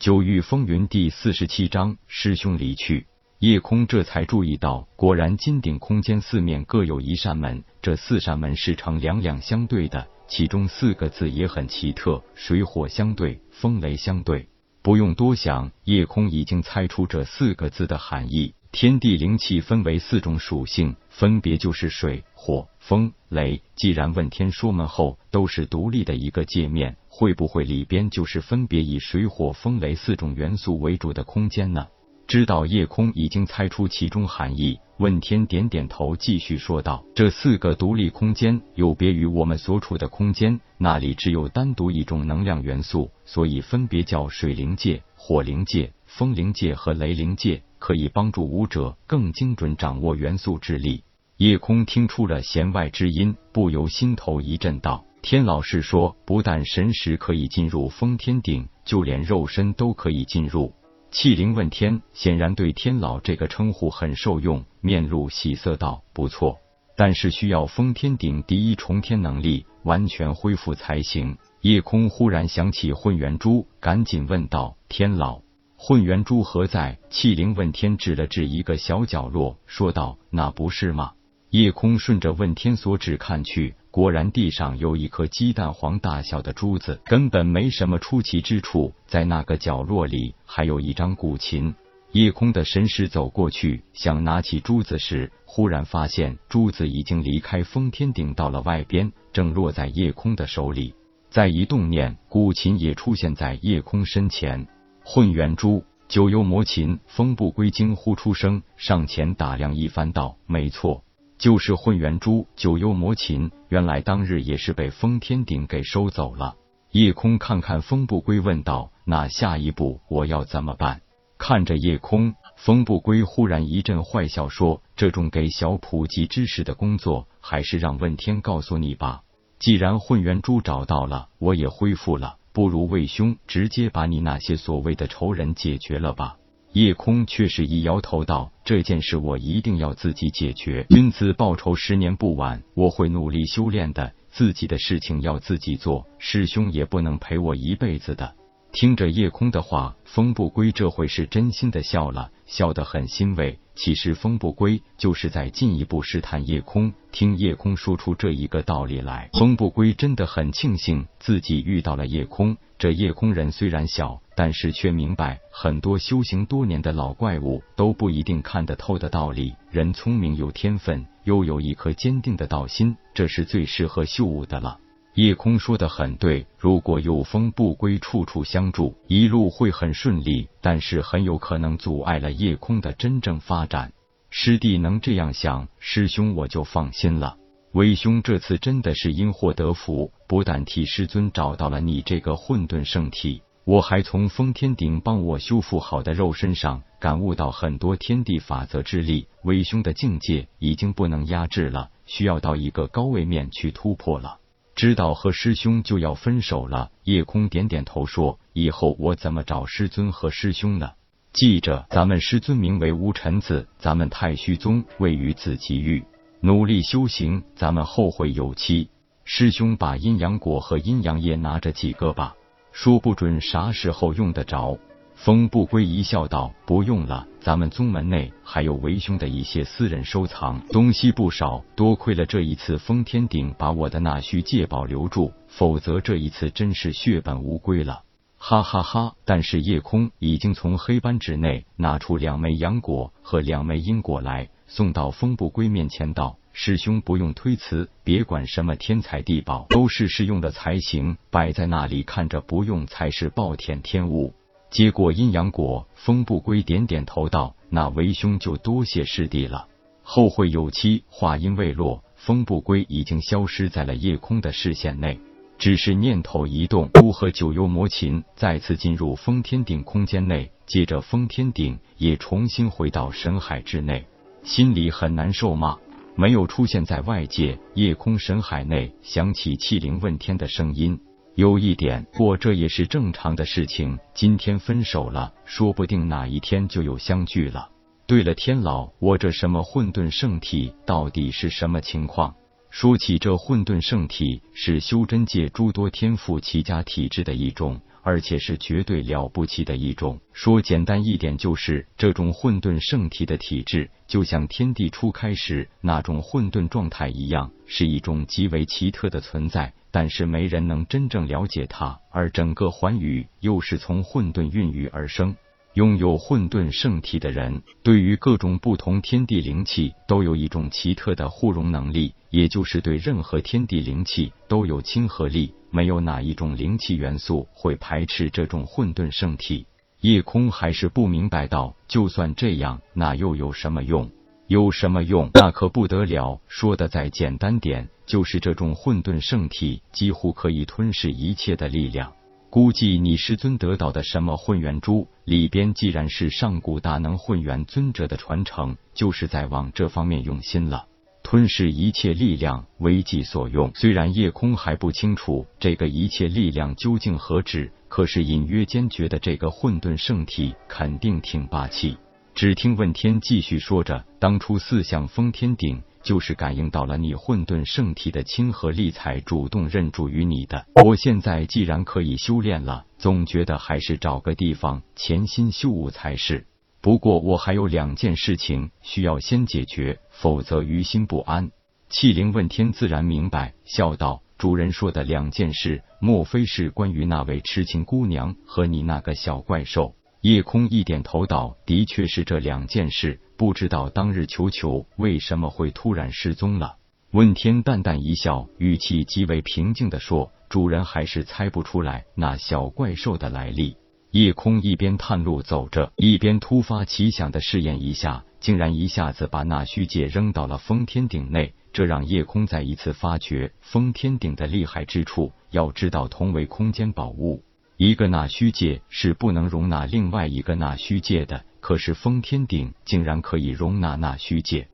九域风云第47章，师兄离去。夜空这才注意到，果然金顶空间四面各有一扇门，这4扇门是呈两两相对的，其中4个字也很奇特，水火相对，风雷相对。不用多想，夜空已经猜出这4个字的含义。天地灵气分为4种属性，分别就是水、火、风、雷。既然问天说门后都是独立的一个界面，会不会里边就是分别以水、火、风、雷4种元素为主的空间呢？知道夜空已经猜出其中含义，问天点点头，继续说道：这4个独立空间有别于我们所处的空间，那里只有单独一种能量元素，所以分别叫水灵界、火灵界、风灵界和雷灵界，可以帮助武者更精准掌握元素之力。夜空听出了弦外之音，不由心头一震道：天老是说，不但神识可以进入封天顶，就连肉身都可以进入。气灵问天显然对天老这个称呼很受用，面露喜色道：不错，但是需要封天顶第1重天能力完全恢复才行。夜空忽然想起混元珠，赶紧问道：天老，混元珠何在？气灵问天指了指一个小角落，说道：那不是吗？夜空顺着问天所指看去，果然地上有一颗鸡蛋黄大小的珠子，根本没什么出奇之处。在那个角落里还有一张古琴。夜空的神识走过去，想拿起珠子时，忽然发现珠子已经离开封天顶到了外边，正落在夜空的手里。再一动念，古琴也出现在夜空身前。混元珠、九幽魔琴。风不归惊呼出声，上前打量一番道：没错，就是混元珠、九幽魔琴，原来当日也是被封天顶给收走了。夜空看看风不归问道：那下一步我要怎么办？看着夜空，风不归忽然一阵坏笑说：这种给小普及知识的工作，还是让问天告诉你吧。既然混元珠找到了，我也恢复了，不如魏兄直接把你那些所谓的仇人解决了吧。夜空却是一摇头道：这件事我一定要自己解决，君子报仇10年不晚，我会努力修炼的，自己的事情要自己做，师兄也不能陪我一辈子的。听着夜空的话，风不归这会是真心的笑了，笑得很欣慰。其实风不归就是在进一步试探夜空，听夜空说出这一个道理来，风不归真的很庆幸自己遇到了夜空。这夜空人虽然小，但是却明白很多修行多年的老怪物都不一定看得透的道理。人聪明有天分，又有一颗坚定的道心，这是最适合修武的了。夜空说得很对，如果有风不归处处相助，一路会很顺利，但是很有可能阻碍了夜空的真正发展。师弟能这样想，师兄我就放心了。魏兄这次真的是因祸得福，不但替师尊找到了你这个混沌圣体，我还从封天顶帮我修复好的肉身上感悟到很多天地法则之力。魏兄的境界已经不能压制了，需要到一个高位面去突破了。知道和师兄就要分手了，夜空点点头说：以后我怎么找师尊和师兄呢？记着，咱们师尊名为无尘子，咱们太虚宗位于紫极域，努力修行，咱们后会有期。师兄把阴阳果和阴阳液拿着几个吧，说不准啥时候用得着。风不归一笑道：不用了，咱们宗门内还有为兄的一些私人收藏，东西不少，多亏了这一次封天顶把我的那须戒宝留住，否则这一次真是血本无归了。哈哈哈！但是夜空已经从黑斑纸内拿出2枚阳果和2枚阴果来，送到风不归面前道：师兄不用推辞，别管什么天材地宝，都是适用的才行，摆在那里看着不用才是暴殄天物。接过阴阳果，风不归点点头道：那为兄就多谢师弟了，后会有期。话音未落，风不归已经消失在了夜空的视线内，只是念头一动，珠和九幽魔琴再次进入封天顶空间内，接着封天顶也重新回到神海之内。心里很难受吗？没有出现在外界，夜空神海内响起气灵问天的声音。有一点，过这也是正常的事情，今天分手了，说不定哪一天就有相聚了。对了，天老，我这什么混沌圣体到底是什么情况？说起这混沌圣体，是修真界诸多天赋奇佳体质的一种， 而且是绝对了不起的一种。说简单一点，就是这种混沌圣体的体质，就像天地初开时那种混沌状态一样，是一种极为奇特的存在，但是没人能真正了解它，而整个寰宇又是从混沌孕育而生。拥有混沌圣体的人，对于各种不同天地灵气都有一种奇特的互融能力，也就是对任何天地灵气都有亲和力，没有哪一种灵气元素会排斥这种混沌圣体。夜空还是不明白到，就算这样，那又有什么用？有什么用？那可不得了。说的再简单点，就是这种混沌圣体几乎可以吞噬一切的力量。估计你师尊得到的什么混元珠里边，既然是上古大能混元尊者的传承，就是在往这方面用心了。吞噬一切力量，为己所用。虽然夜空还不清楚这个一切力量究竟何止，可是隐约间觉得这个混沌圣体肯定挺霸气。只听问天继续说着，当初四象封天鼎就是感应到了你混沌圣体的亲和力，才主动认主于你的。我现在既然可以修炼了，总觉得还是找个地方潜心修武才是。不过我还有2件事情需要先解决，否则于心不安。气灵问天自然明白，笑道：主人说的2件事，莫非是关于那位痴情姑娘和你那个小怪兽？夜空一点头道：的确是这2件事，不知道当日球球为什么会突然失踪了。问天淡淡一笑，语气极为平静地说：主人还是猜不出来那小怪兽的来历。夜空一边探路走着，一边突发奇想的试验一下，竟然一下子把那虚界扔到了封天鼎内，这让夜空再一次发觉封天鼎的厉害之处。要知道，同为空间宝物，一个那虚界是不能容纳另外一个那虚界的，可是封天鼎竟然可以容纳那虚界。